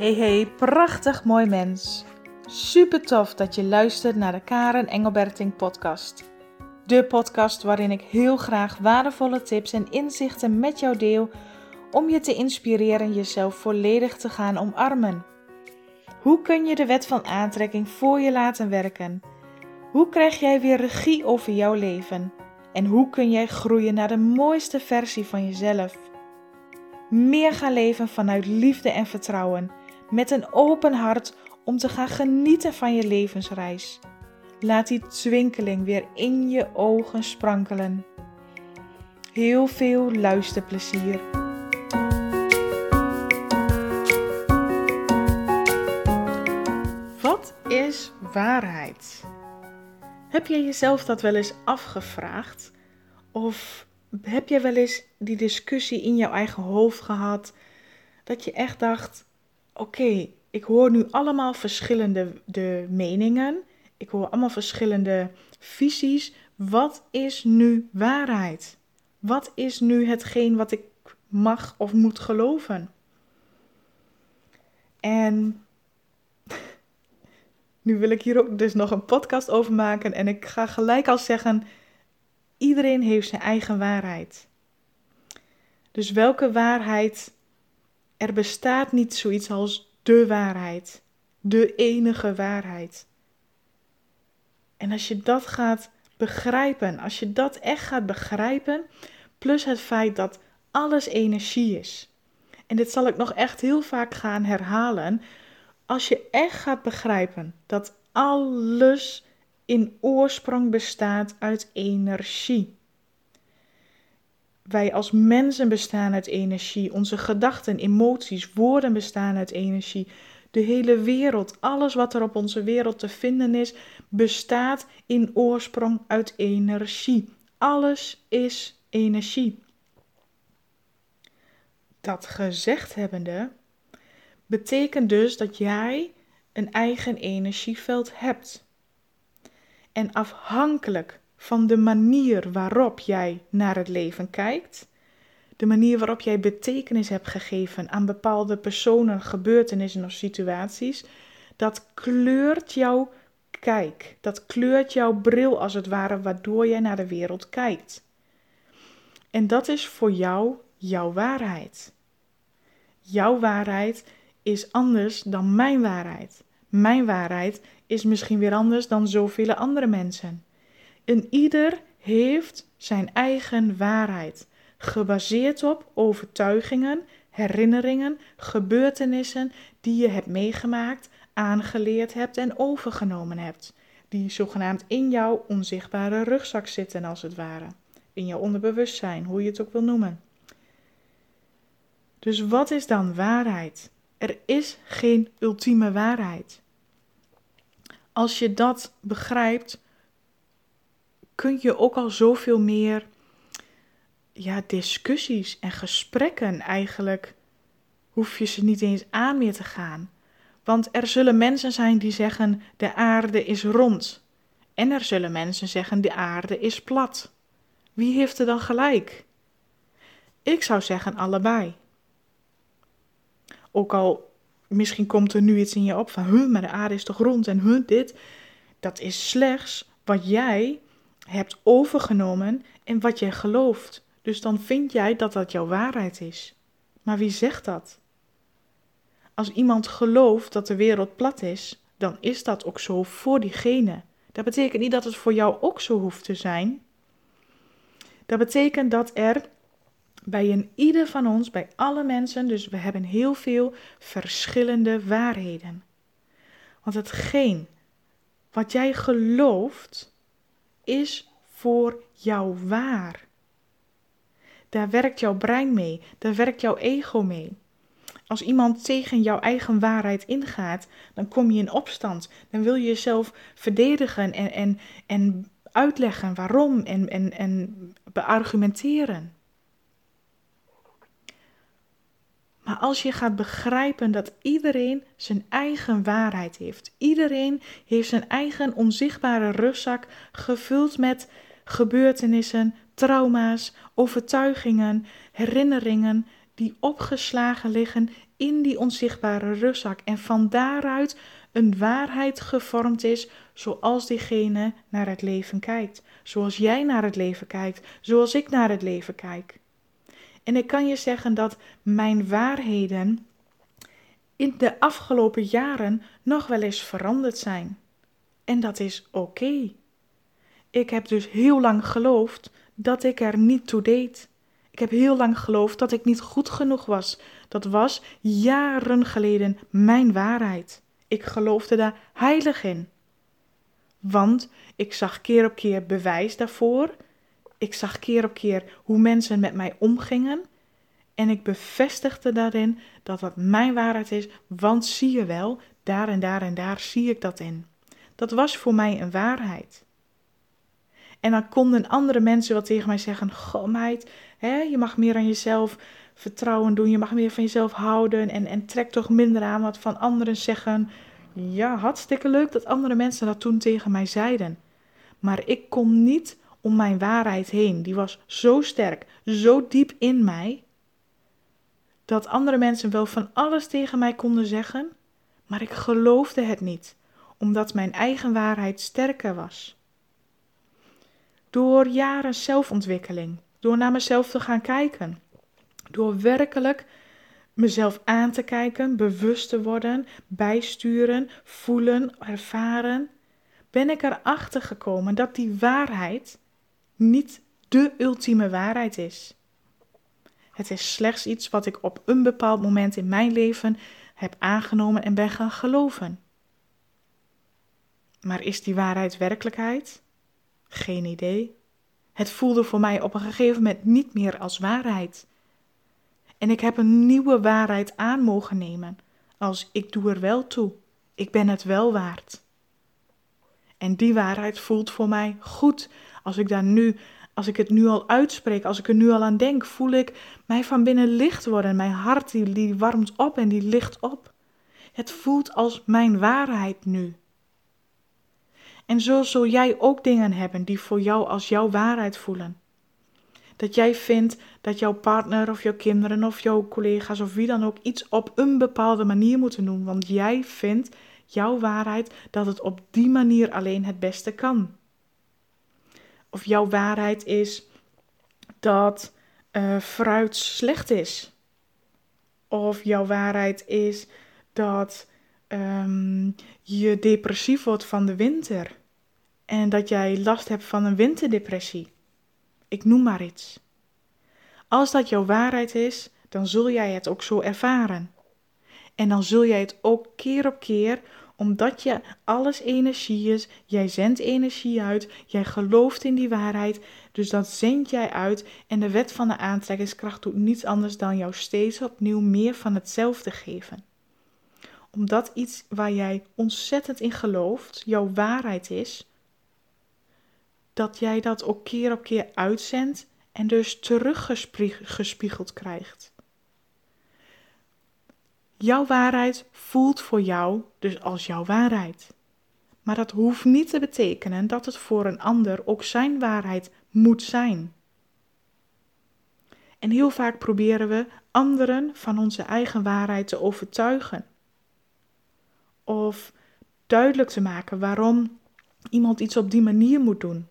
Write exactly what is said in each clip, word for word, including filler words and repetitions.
Hey hey, prachtig mooi mens. Super tof dat je luistert naar de Karen Engelberting podcast. De podcast waarin ik heel graag waardevolle tips en inzichten met jou deel om je te inspireren jezelf volledig te gaan omarmen. Hoe kun je de wet van aantrekking voor je laten werken? Hoe krijg jij weer regie over jouw leven? En hoe kun jij groeien naar de mooiste versie van jezelf? Meer gaan leven vanuit liefde en vertrouwen, met een open hart om te gaan genieten van je levensreis. Laat die twinkeling weer in je ogen sprankelen. Heel veel luisterplezier. Wat is waarheid? Heb jij jezelf dat wel eens afgevraagd? Of heb je wel eens die discussie in jouw eigen hoofd gehad, dat je echt dacht, oké, okay, ik hoor nu allemaal verschillende de meningen, ik hoor allemaal verschillende visies. Wat is nu waarheid? Wat is nu hetgeen wat ik mag of moet geloven? En nu wil ik hier ook dus nog een podcast over maken en ik ga gelijk al zeggen, iedereen heeft zijn eigen waarheid. Dus welke waarheid? Er bestaat niet zoiets als de waarheid. De enige waarheid. En als je dat gaat begrijpen, als je dat echt gaat begrijpen, plus het feit dat alles energie is. En dit zal ik nog echt heel vaak gaan herhalen. Als je echt gaat begrijpen dat alles in oorsprong bestaat uit energie. Wij als mensen bestaan uit energie. Onze gedachten, emoties, woorden bestaan uit energie. De hele wereld, alles wat er op onze wereld te vinden is, bestaat in oorsprong uit energie. Alles is energie. Dat gezegd hebbende, betekent dus dat jij een eigen energieveld hebt. En afhankelijk van de manier waarop jij naar het leven kijkt, de manier waarop jij betekenis hebt gegeven aan bepaalde personen, gebeurtenissen of situaties, dat kleurt jouw kijk, dat kleurt jouw bril als het ware, waardoor jij naar de wereld kijkt. En dat is voor jou jouw waarheid. Jouw waarheid is anders dan mijn waarheid. Mijn waarheid is misschien weer anders dan zoveel andere mensen. En ieder heeft zijn eigen waarheid, gebaseerd op overtuigingen, herinneringen, gebeurtenissen die je hebt meegemaakt, aangeleerd hebt en overgenomen hebt. Die zogenaamd in jouw onzichtbare rugzak zitten als het ware. In jouw onderbewustzijn, hoe je het ook wil noemen. Dus wat is dan waarheid? Er is geen ultieme waarheid. Als je dat begrijpt, kun je ook al zoveel meer ja, discussies en gesprekken eigenlijk, hoef je ze niet eens aan meer te gaan. Want er zullen mensen zijn die zeggen, de aarde is rond. En er zullen mensen zeggen, de aarde is plat. Wie heeft er dan gelijk? Ik zou zeggen allebei. Ook al, misschien komt er nu iets in je op van, huh, maar de aarde is toch rond en huh, dit. Dat is slechts wat jij hebt overgenomen en wat jij gelooft. Dus dan vind jij dat dat jouw waarheid is. Maar wie zegt dat? Als iemand gelooft dat de wereld plat is, dan is dat ook zo voor diegene. Dat betekent niet dat het voor jou ook zo hoeft te zijn. Dat betekent dat er bij een ieder van ons, bij alle mensen, dus we hebben heel veel verschillende waarheden. Want hetgeen wat jij gelooft, is voor jou waar. Daar werkt jouw brein mee, daar werkt jouw ego mee. Als iemand tegen jouw eigen waarheid ingaat, dan kom je in opstand. Dan wil je jezelf verdedigen en, en, en uitleggen waarom en, en, en beargumenteren. Maar als je gaat begrijpen dat iedereen zijn eigen waarheid heeft. Iedereen heeft zijn eigen onzichtbare rugzak gevuld met gebeurtenissen, trauma's, overtuigingen, herinneringen die opgeslagen liggen in die onzichtbare rugzak en van daaruit een waarheid gevormd is zoals diegene naar het leven kijkt. Zoals jij naar het leven kijkt, zoals ik naar het leven kijk. En ik kan je zeggen dat mijn waarheden in de afgelopen jaren nog wel eens veranderd zijn. En dat is oké. Okay. Ik heb dus heel lang geloofd dat ik er niet toe deed. Ik heb heel lang geloofd dat ik niet goed genoeg was. Dat was jaren geleden mijn waarheid. Ik geloofde daar heilig in. Want ik zag keer op keer bewijs daarvoor. Ik zag keer op keer hoe mensen met mij omgingen. En ik bevestigde daarin dat dat mijn waarheid is. Want zie je wel, daar en daar en daar zie ik dat in. Dat was voor mij een waarheid. En dan konden andere mensen wel tegen mij zeggen, goh meid, hè, je mag meer aan jezelf vertrouwen doen, je mag meer van jezelf houden en, en trek toch minder aan wat van anderen zeggen. Ja, hartstikke leuk dat andere mensen dat toen tegen mij zeiden. Maar ik kon niet om mijn waarheid heen. Die was zo sterk, zo diep in mij, dat andere mensen wel van alles tegen mij konden zeggen, maar ik geloofde het niet, omdat mijn eigen waarheid sterker was. Door jaren zelfontwikkeling, door naar mezelf te gaan kijken, door werkelijk mezelf aan te kijken, bewust te worden, bijsturen, voelen, ervaren, ben ik erachter gekomen dat die waarheid niet de ultieme waarheid is. Het is slechts iets wat ik op een bepaald moment in mijn leven heb aangenomen en ben gaan geloven. Maar is die waarheid werkelijkheid? Geen idee. Het voelde voor mij op een gegeven moment niet meer als waarheid. En ik heb een nieuwe waarheid aan mogen nemen. Als ik doe er wel toe. Ik ben het wel waard. En die waarheid voelt voor mij goed. Als ik daar nu, als ik het nu al uitspreek, als ik er nu al aan denk, voel ik mij van binnen licht worden. Mijn hart die, die warmt op en die licht op. Het voelt als mijn waarheid nu. En zo zul jij ook dingen hebben die voor jou als jouw waarheid voelen. Dat jij vindt dat jouw partner of jouw kinderen of jouw collega's of wie dan ook iets op een bepaalde manier moeten doen. Want jij vindt jouw waarheid dat het op die manier alleen het beste kan. Of jouw waarheid is dat uh, fruit slecht is. Of jouw waarheid is dat um, je depressief wordt van de winter. En dat jij last hebt van een winterdepressie. Ik noem maar iets. Als dat jouw waarheid is, dan zul jij het ook zo ervaren. En dan zul jij het ook keer op keer, omdat je alles energie is, jij zendt energie uit, jij gelooft in die waarheid, dus dat zend jij uit en de wet van de aantrekkingskracht doet niets anders dan jou steeds opnieuw meer van hetzelfde geven. Omdat iets waar jij ontzettend in gelooft, jouw waarheid is, dat jij dat ook keer op keer uitzendt en dus teruggespiegeld krijgt. Jouw waarheid voelt voor jou dus als jouw waarheid. Maar dat hoeft niet te betekenen dat het voor een ander ook zijn waarheid moet zijn. En heel vaak proberen we anderen van onze eigen waarheid te overtuigen. Of duidelijk te maken waarom iemand iets op die manier moet doen.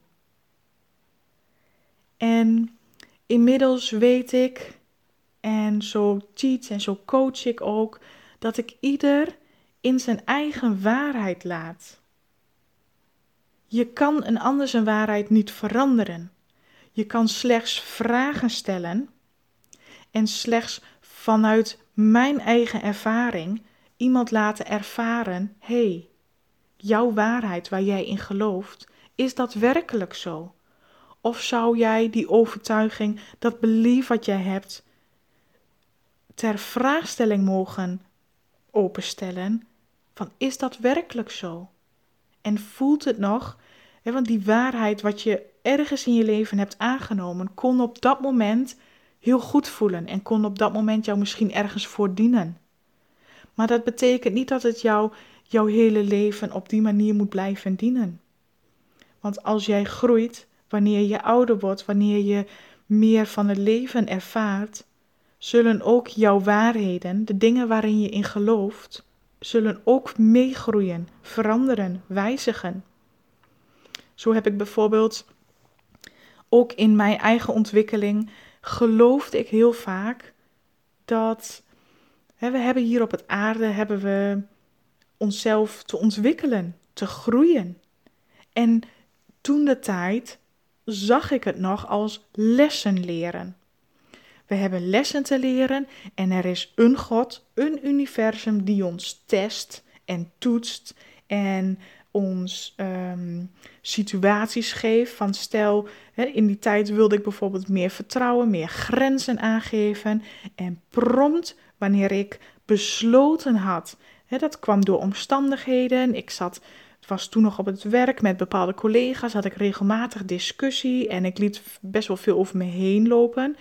En inmiddels weet ik, en zo teach en zo coach ik ook, dat ik ieder in zijn eigen waarheid laat. Je kan een ander zijn waarheid niet veranderen. Je kan slechts vragen stellen en slechts vanuit mijn eigen ervaring iemand laten ervaren, hé, hey, jouw waarheid waar jij in gelooft, is dat werkelijk zo? Of zou jij die overtuiging, dat belief wat jij hebt, ter vraagstelling mogen openstellen, van is dat werkelijk zo? En voelt het nog, hè, want die waarheid wat je ergens in je leven hebt aangenomen, kon op dat moment heel goed voelen en kon op dat moment jou misschien ergens voor dienen. Maar dat betekent niet dat het jou, jouw hele leven op die manier moet blijven dienen. Want als jij groeit, wanneer je ouder wordt, wanneer je meer van het leven ervaart, zullen ook jouw waarheden, de dingen waarin je in gelooft, zullen ook meegroeien, veranderen, wijzigen. Zo heb ik bijvoorbeeld ook in mijn eigen ontwikkeling geloofde ik heel vaak dat hè, we hebben hier op het aarde hebben we onszelf te ontwikkelen, te groeien. En toen de tijd zag ik het nog als lessen leren. We hebben lessen te leren en er is een God, een universum die ons test en toetst en ons um, situaties geeft. Van stel, hè, in die tijd wilde ik bijvoorbeeld meer vertrouwen, meer grenzen aangeven. En prompt wanneer ik besloten had, hè, dat kwam door omstandigheden. Ik zat, het was toen nog op het werk met bepaalde collega's, had ik regelmatig discussie en ik liet best wel veel over me heen lopen.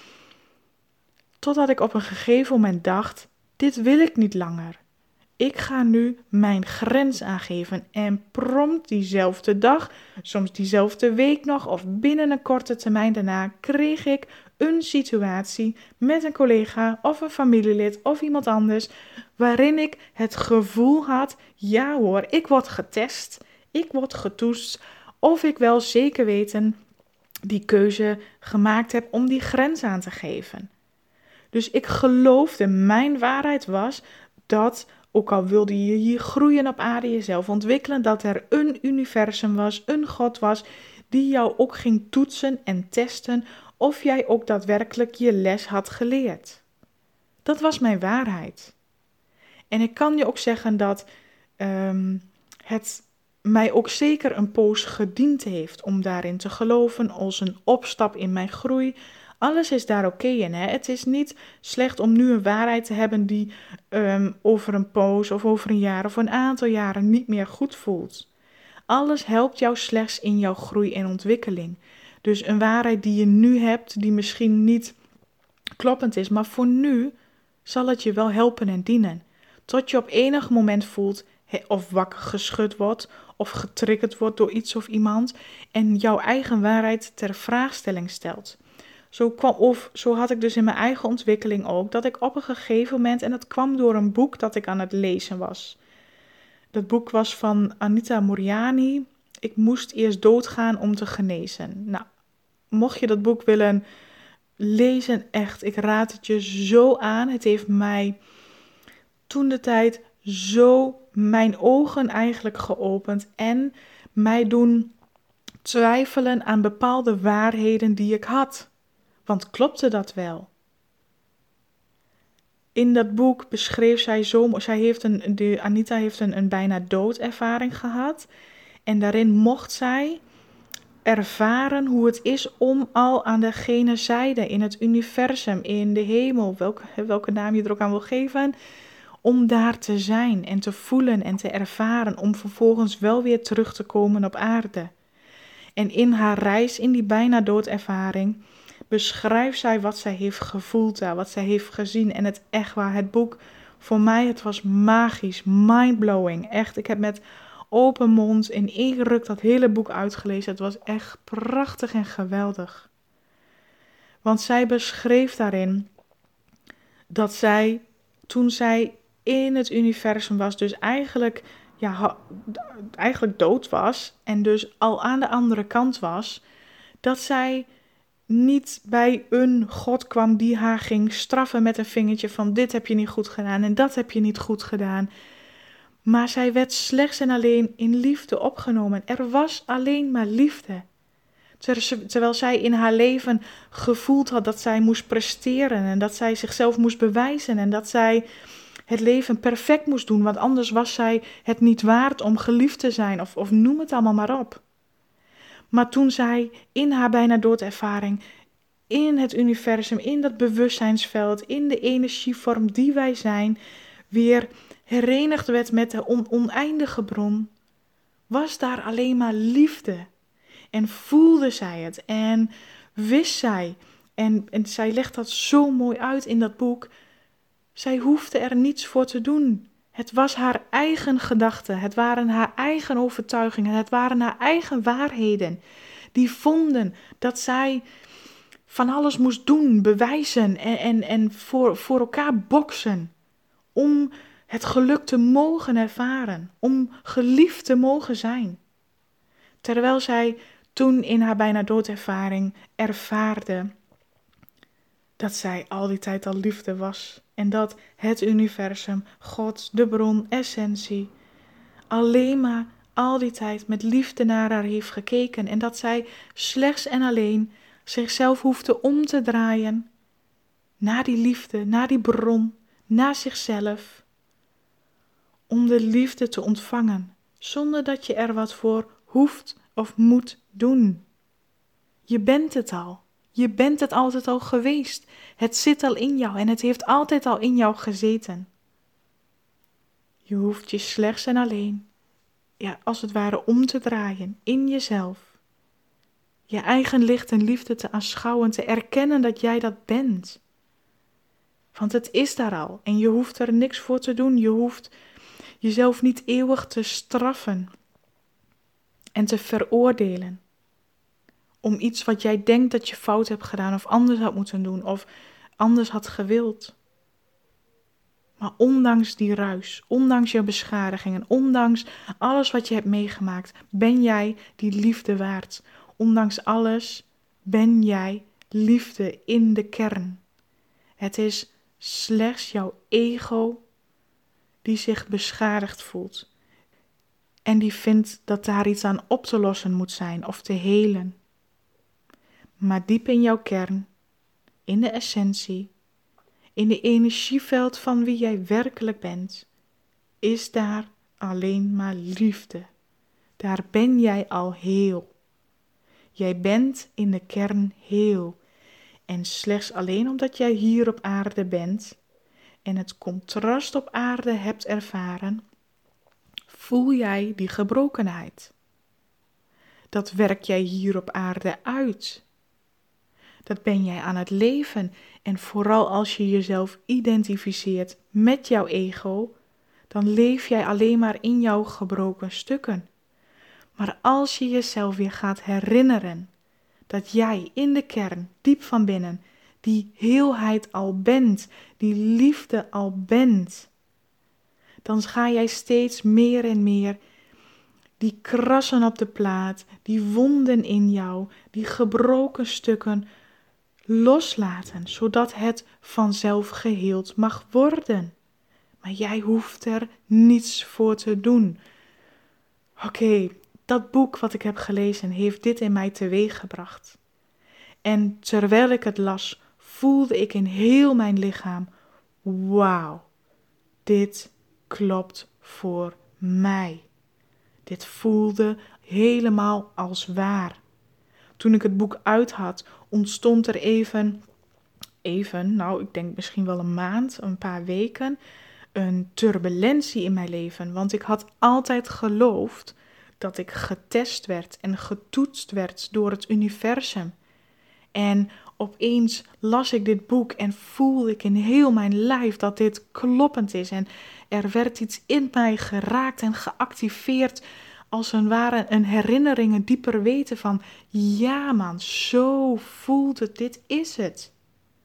Totdat ik op een gegeven moment dacht, dit wil ik niet langer. Ik ga nu mijn grens aangeven en prompt diezelfde dag, soms diezelfde week nog of binnen een korte termijn daarna kreeg ik een situatie met een collega of een familielid of iemand anders waarin ik het gevoel had, ja hoor, ik word getest, ik word getoetst of ik wel zeker weten die keuze gemaakt heb om die grens aan te geven. Dus ik geloofde, mijn waarheid was dat, ook al wilde je hier groeien op aarde, jezelf ontwikkelen, dat er een universum was, een God was, die jou ook ging toetsen en testen of jij ook daadwerkelijk je les had geleerd. Dat was mijn waarheid. En ik kan je ook zeggen dat um, het mij ook zeker een poos gediend heeft om daarin te geloven als een opstap in mijn groei. Alles is daar oké in. Hè? Het is niet slecht om nu een waarheid te hebben die um, over een poos of over een jaar of een aantal jaren niet meer goed voelt. Alles helpt jou slechts in jouw groei en ontwikkeling. Dus een waarheid die je nu hebt, die misschien niet kloppend is, maar voor nu zal het je wel helpen en dienen. Tot je op enig moment voelt of wakker geschud wordt of getriggerd wordt door iets of iemand en jouw eigen waarheid ter vraagstelling stelt. Zo, kwam, of, zo had ik dus in mijn eigen ontwikkeling ook, dat ik op een gegeven moment, en dat kwam door een boek dat ik aan het lezen was. Dat boek was van Anita Moorjani. Ik moest eerst doodgaan om te genezen. Nou, mocht je dat boek willen lezen, echt, ik raad het je zo aan. Het heeft mij toen de tijd zo mijn ogen eigenlijk geopend en mij doen twijfelen aan bepaalde waarheden die ik had. Want klopte dat wel? In dat boek beschreef zij zo, zij heeft een, de, Anita heeft een, een bijna doodervaring gehad. En daarin mocht zij ervaren hoe het is om al aan de gene zijde in het universum, in de hemel, welke, welke naam je er ook aan wil geven, om daar te zijn en te voelen en te ervaren, om vervolgens wel weer terug te komen op aarde. En in haar reis, in die bijna doodervaring, beschrijft zij wat zij heeft gevoeld daar, wat zij heeft gezien. En het echt waar, het boek, voor mij, het was magisch, mindblowing. Echt, ik heb met open mond in één ruk dat hele boek uitgelezen. Het was echt prachtig en geweldig. Want zij beschreef daarin dat zij, toen zij in het universum was, dus eigenlijk, ja, eigenlijk dood was en dus al aan de andere kant was, dat zij niet bij een God kwam die haar ging straffen met een vingertje van dit heb je niet goed gedaan en dat heb je niet goed gedaan. Maar zij werd slechts en alleen in liefde opgenomen. Er was alleen maar liefde. Terwijl zij in haar leven gevoeld had dat zij moest presteren en dat zij zichzelf moest bewijzen en dat zij het leven perfect moest doen, want anders was zij het niet waard om geliefd te zijn of, of noem het allemaal maar op. Maar toen zij in haar bijna doodervaring, in het universum, in dat bewustzijnsveld, in de energievorm die wij zijn, weer herenigd werd met de on- oneindige bron, was daar alleen maar liefde. En voelde zij het en wist zij, en, en zij legt dat zo mooi uit in dat boek, zij hoefde er niets voor te doen. Het was haar eigen gedachten, het waren haar eigen overtuigingen, het waren haar eigen waarheden. Die vonden dat zij van alles moest doen, bewijzen en, en, en voor, voor elkaar boksen. Om het geluk te mogen ervaren, om geliefd te mogen zijn. Terwijl zij toen in haar bijna doodervaring ervaarde dat zij al die tijd al liefde was. En dat het universum, God, de bron, essentie, alleen maar al die tijd met liefde naar haar heeft gekeken. En dat zij slechts en alleen zichzelf hoefde om te draaien naar die liefde, naar die bron, naar zichzelf. Om de liefde te ontvangen, zonder dat je er wat voor hoeft of moet doen. Je bent het al. Je bent het altijd al geweest. Het zit al in jou en het heeft altijd al in jou gezeten. Je hoeft je slechts en alleen, ja, als het ware om te draaien in jezelf. Je eigen licht en liefde te aanschouwen, te erkennen dat jij dat bent. Want het is daar al en je hoeft er niks voor te doen. Je hoeft jezelf niet eeuwig te straffen en te veroordelen. Om iets wat jij denkt dat je fout hebt gedaan of anders had moeten doen of anders had gewild. Maar ondanks die ruis, ondanks jouw beschadigingen, ondanks alles wat je hebt meegemaakt, ben jij die liefde waard. Ondanks alles ben jij liefde in de kern. Het is slechts jouw ego die zich beschadigd voelt. En die vindt dat daar iets aan op te lossen moet zijn of te helen. Maar diep in jouw kern, in de essentie, in de energieveld van wie jij werkelijk bent, is daar alleen maar liefde. Daar ben jij al heel. Jij bent in de kern heel. En slechts alleen omdat jij hier op aarde bent en het contrast op aarde hebt ervaren, voel jij die gebrokenheid. Dat werk jij hier op aarde uit. Dat ben jij aan het leven. En vooral als je jezelf identificeert met jouw ego, dan leef jij alleen maar in jouw gebroken stukken. Maar als je jezelf weer gaat herinneren dat jij in de kern, diep van binnen, die heelheid al bent, die liefde al bent, dan ga jij steeds meer en meer die krassen op de plaat, die wonden in jou, die gebroken stukken loslaten, zodat het vanzelf geheeld mag worden. Maar jij hoeft er niets voor te doen. Oké, okay, dat boek wat ik heb gelezen heeft dit in mij teweeggebracht. En terwijl ik het las, voelde ik in heel mijn lichaam, wauw, dit klopt voor mij. Dit voelde helemaal als waar. Toen ik het boek uit had, ontstond er even, even, nou ik denk misschien wel een maand, een paar weken, een turbulentie in mijn leven. Want ik had altijd geloofd dat ik getest werd en getoetst werd door het universum. En opeens las ik dit boek en voelde ik in heel mijn lijf dat dit kloppend is. En er werd iets in mij geraakt en geactiveerd, als een ware een herinnering, een dieper weten van, ja man, zo voelt het, dit is het.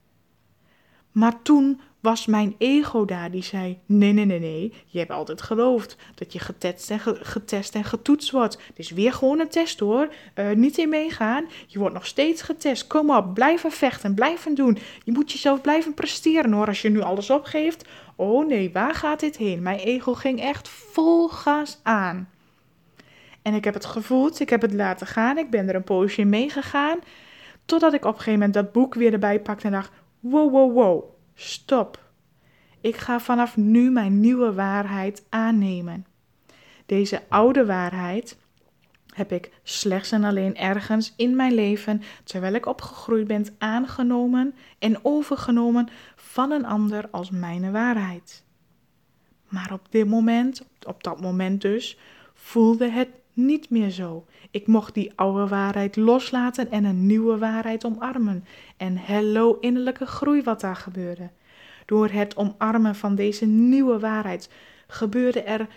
Maar toen was mijn ego daar, die zei, nee, nee, nee, nee, je hebt altijd geloofd dat je getest en, ge- getest en getoetst wordt. Het is weer gewoon een test hoor, uh, niet in meegaan, je wordt nog steeds getest, kom op, blijven vechten, blijven doen. Je moet jezelf blijven presteren hoor, als je nu alles opgeeft. Oh nee, waar gaat dit heen? Mijn ego ging echt vol gas aan. En ik heb het gevoeld, ik heb het laten gaan, ik ben er een poosje in meegegaan, totdat ik op een gegeven moment dat boek weer erbij pakte en dacht, wow, wow, wow, stop. Ik ga vanaf nu mijn nieuwe waarheid aannemen. Deze oude waarheid heb ik slechts en alleen ergens in mijn leven, terwijl ik opgegroeid ben, aangenomen en overgenomen van een ander als mijn waarheid. Maar op dit moment, op dat moment dus, voelde het niet meer zo. Ik mocht die oude waarheid loslaten en een nieuwe waarheid omarmen. En hello innerlijke groei wat daar gebeurde. Door het omarmen van deze nieuwe waarheid gebeurde er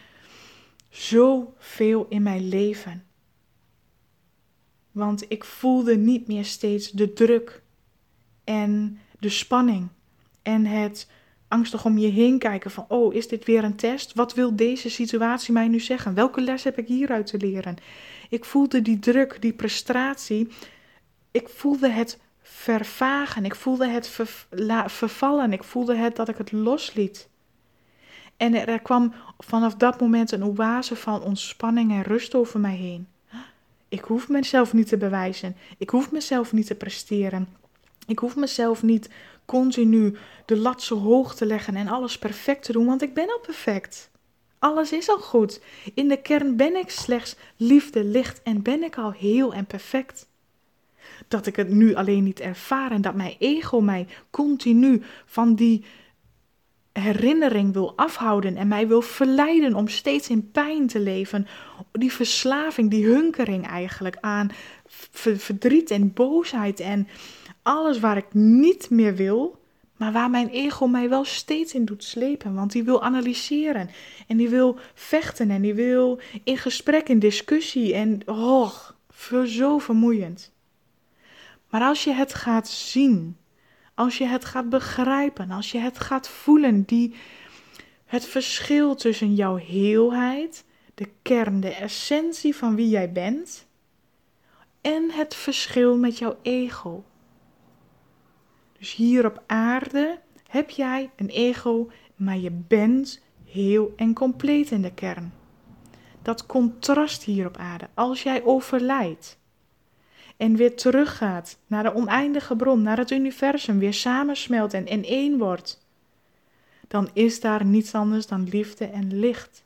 zoveel in mijn leven. Want ik voelde niet meer steeds de druk en de spanning en het angstig om je heen kijken van, oh, is dit weer een test? Wat wil deze situatie mij nu zeggen? Welke les heb ik hieruit te leren? Ik voelde die druk, die frustratie. Ik voelde het vervagen. Ik voelde het ver, la, vervallen. Ik voelde het dat ik het losliet. En er, er kwam vanaf dat moment een oase van ontspanning en rust over mij heen. Ik hoef mezelf niet te bewijzen. Ik hoef mezelf niet te presteren. Ik hoef mezelf niet continu de lat zo hoog te leggen en alles perfect te doen, want ik ben al perfect. Alles is al goed. In de kern ben ik slechts liefde, licht en ben ik al heel en perfect. Dat ik het nu alleen niet ervaar en dat mijn ego mij continu van die herinnering wil afhouden en mij wil verleiden om steeds in pijn te leven. Die verslaving, die hunkering eigenlijk aan verdriet en boosheid en alles waar ik niet meer wil, maar waar mijn ego mij wel steeds in doet slepen. Want die wil analyseren en die wil vechten en die wil in gesprek, in discussie en oh, zo vermoeiend. Maar als je het gaat zien, als je het gaat begrijpen, als je het gaat voelen, die, het verschil tussen jouw heelheid, de kern, de essentie van wie jij bent, en het verschil met jouw ego. Dus hier op aarde heb jij een ego, maar je bent heel en compleet in de kern. Dat contrast hier op aarde, als jij overlijdt en weer teruggaat naar de oneindige bron, naar het universum, weer samensmelt en in één wordt, dan is daar niets anders dan liefde en licht.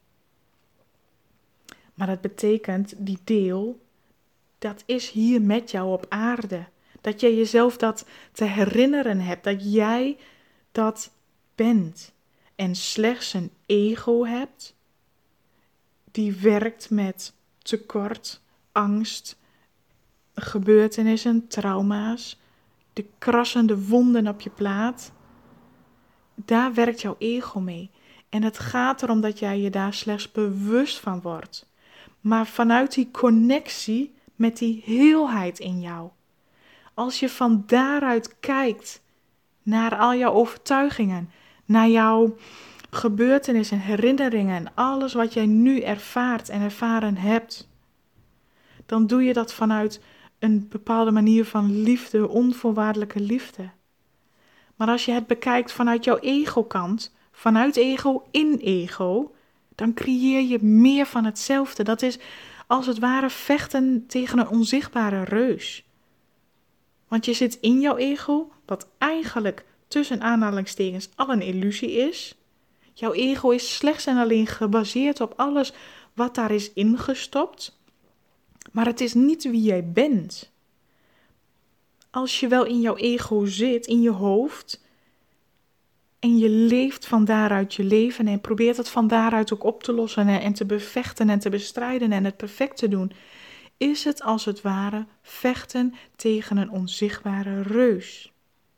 Maar dat betekent, die deel, dat is hier met jou op aarde. Dat je jezelf dat te herinneren hebt, dat jij dat bent. En slechts een ego hebt, die werkt met tekort, angst, gebeurtenissen, trauma's, de krassende wonden op je plaat. Daar werkt jouw ego mee. En het gaat erom dat jij je daar slechts bewust van wordt. Maar vanuit die connectie met die heelheid in jou. Als je van daaruit kijkt naar al jouw overtuigingen, naar jouw gebeurtenissen, herinneringen en alles wat jij nu ervaart en ervaren hebt, dan doe je dat vanuit een bepaalde manier van liefde, onvoorwaardelijke liefde. Maar als je het bekijkt vanuit jouw ego-kant, vanuit ego in ego, dan creëer je meer van hetzelfde. Dat is als het ware vechten tegen een onzichtbare reus. Want je zit in jouw ego, wat eigenlijk tussen aanhalingstekens al een illusie is. Jouw ego is slechts en alleen gebaseerd op alles wat daar is ingestopt. Maar het is niet wie jij bent. Als je wel in jouw ego zit, in je hoofd, en je leeft van daaruit je leven en probeert het van daaruit ook op te lossen en, en te bevechten en te bestrijden en het perfect te doen, is het als het ware vechten tegen een onzichtbare reus.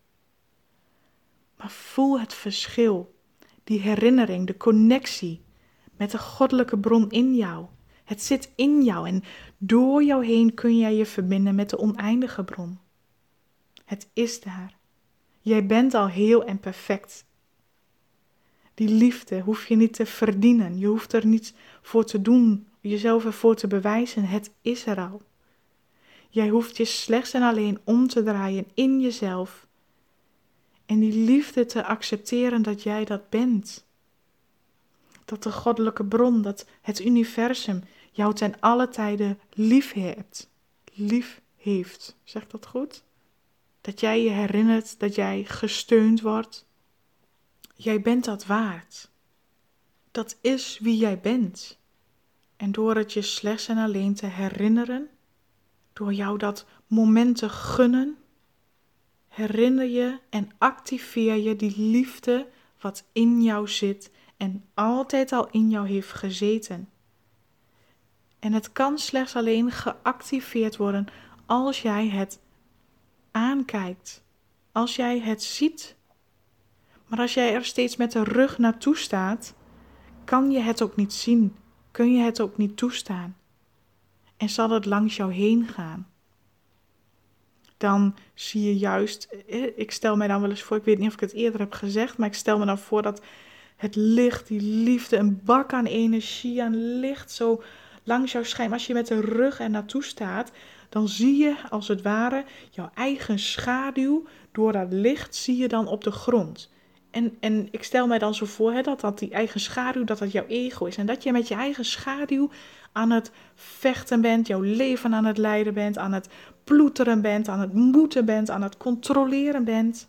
Maar voel het verschil, die herinnering, de connectie met de goddelijke bron in jou. Het zit in jou en door jou heen kun jij je verbinden met de oneindige bron. Het is daar. Jij bent al heel en perfect. Die liefde hoef je niet te verdienen. Je hoeft er niets voor te doen, jezelf ervoor te bewijzen. Het is er al. Jij hoeft je slechts en alleen om te draaien in jezelf. En die liefde te accepteren dat jij dat bent. Dat de goddelijke bron, dat het universum jou ten alle tijden lief hebt. Lief heeft. Zeg dat goed? Dat jij je herinnert dat jij gesteund wordt. Jij bent dat waard. Dat is wie jij bent. En door het je slechts en alleen te herinneren, door jou dat moment te gunnen, herinner je en activeer je die liefde wat in jou zit en altijd al in jou heeft gezeten. En het kan slechts alleen geactiveerd worden als jij het aankijkt, als jij het ziet. Maar als jij er steeds met de rug naartoe staat, kan je het ook niet zien, kun je het ook niet toestaan. En zal het langs jou heen gaan. dan zie je juist, ik stel mij dan wel eens voor, ik weet niet of ik het eerder heb gezegd, maar ik stel me dan voor dat het licht, die liefde, een bak aan energie, aan licht zo langs jou schijnt. Als je met de rug er naartoe staat, dan zie je als het ware jouw eigen schaduw. Door dat licht zie je dan op de grond. En, en ik stel mij dan zo voor hè, dat dat die eigen schaduw, dat dat jouw ego is. En dat je met je eigen schaduw aan het vechten bent, jouw leven aan het leiden bent, aan het ploeteren bent, aan het moeten bent, aan het controleren bent.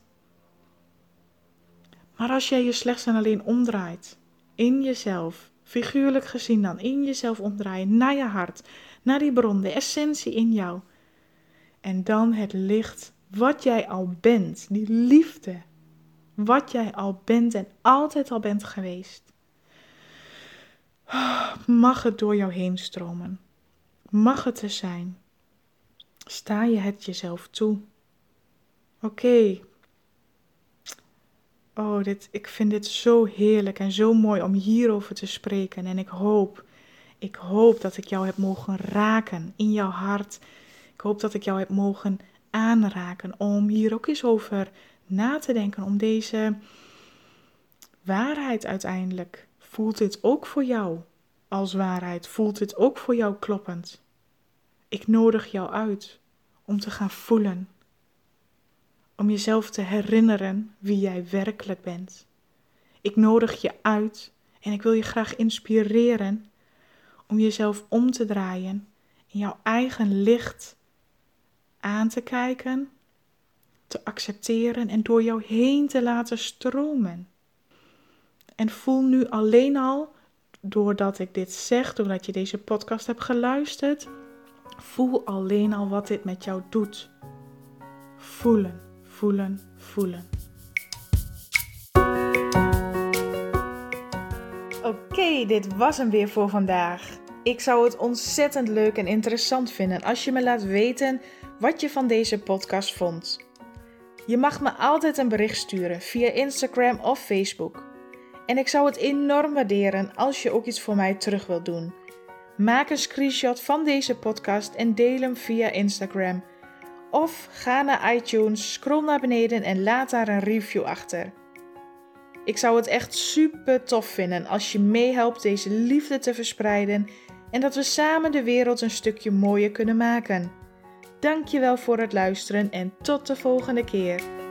Maar als jij je slechts en alleen omdraait, in jezelf, figuurlijk gezien dan, in jezelf omdraaien, naar je hart, naar die bron, de essentie in jou. En dan het licht, wat jij al bent, die liefde, wat jij al bent en altijd al bent geweest. Mag het door jou heen stromen. Mag het er zijn. Sta je het jezelf toe. Oké. Okay. Oh, dit, ik vind dit zo heerlijk en zo mooi om hierover te spreken. En ik hoop, ik hoop dat ik jou heb mogen raken in jouw hart. Ik hoop dat ik jou heb mogen aanraken om hier ook eens over na te denken. Om deze waarheid uiteindelijk. Voelt dit ook voor jou als waarheid? Voelt dit ook voor jou kloppend? Ik nodig jou uit om te gaan voelen. Om jezelf te herinneren wie jij werkelijk bent. Ik nodig je uit en ik wil je graag inspireren om jezelf om te draaien en jouw eigen licht aan te kijken, te accepteren en door jou heen te laten stromen. En voel nu alleen al, doordat ik dit zeg, doordat je deze podcast hebt geluisterd, voel alleen al wat dit met jou doet. Voelen. Voelen, voelen. Oké, okay, dit was hem weer voor vandaag. Ik zou het ontzettend leuk en interessant vinden als je me laat weten wat je van deze podcast vond. Je mag me altijd een bericht sturen via Instagram of Facebook. En ik zou het enorm waarderen als je ook iets voor mij terug wilt doen. Maak een screenshot van deze podcast en deel hem via Instagram. Of ga naar iTunes, scroll naar beneden en laat daar een review achter. Ik zou het echt super tof vinden als je meehelpt deze liefde te verspreiden en dat we samen de wereld een stukje mooier kunnen maken. Dankjewel voor het luisteren en tot de volgende keer.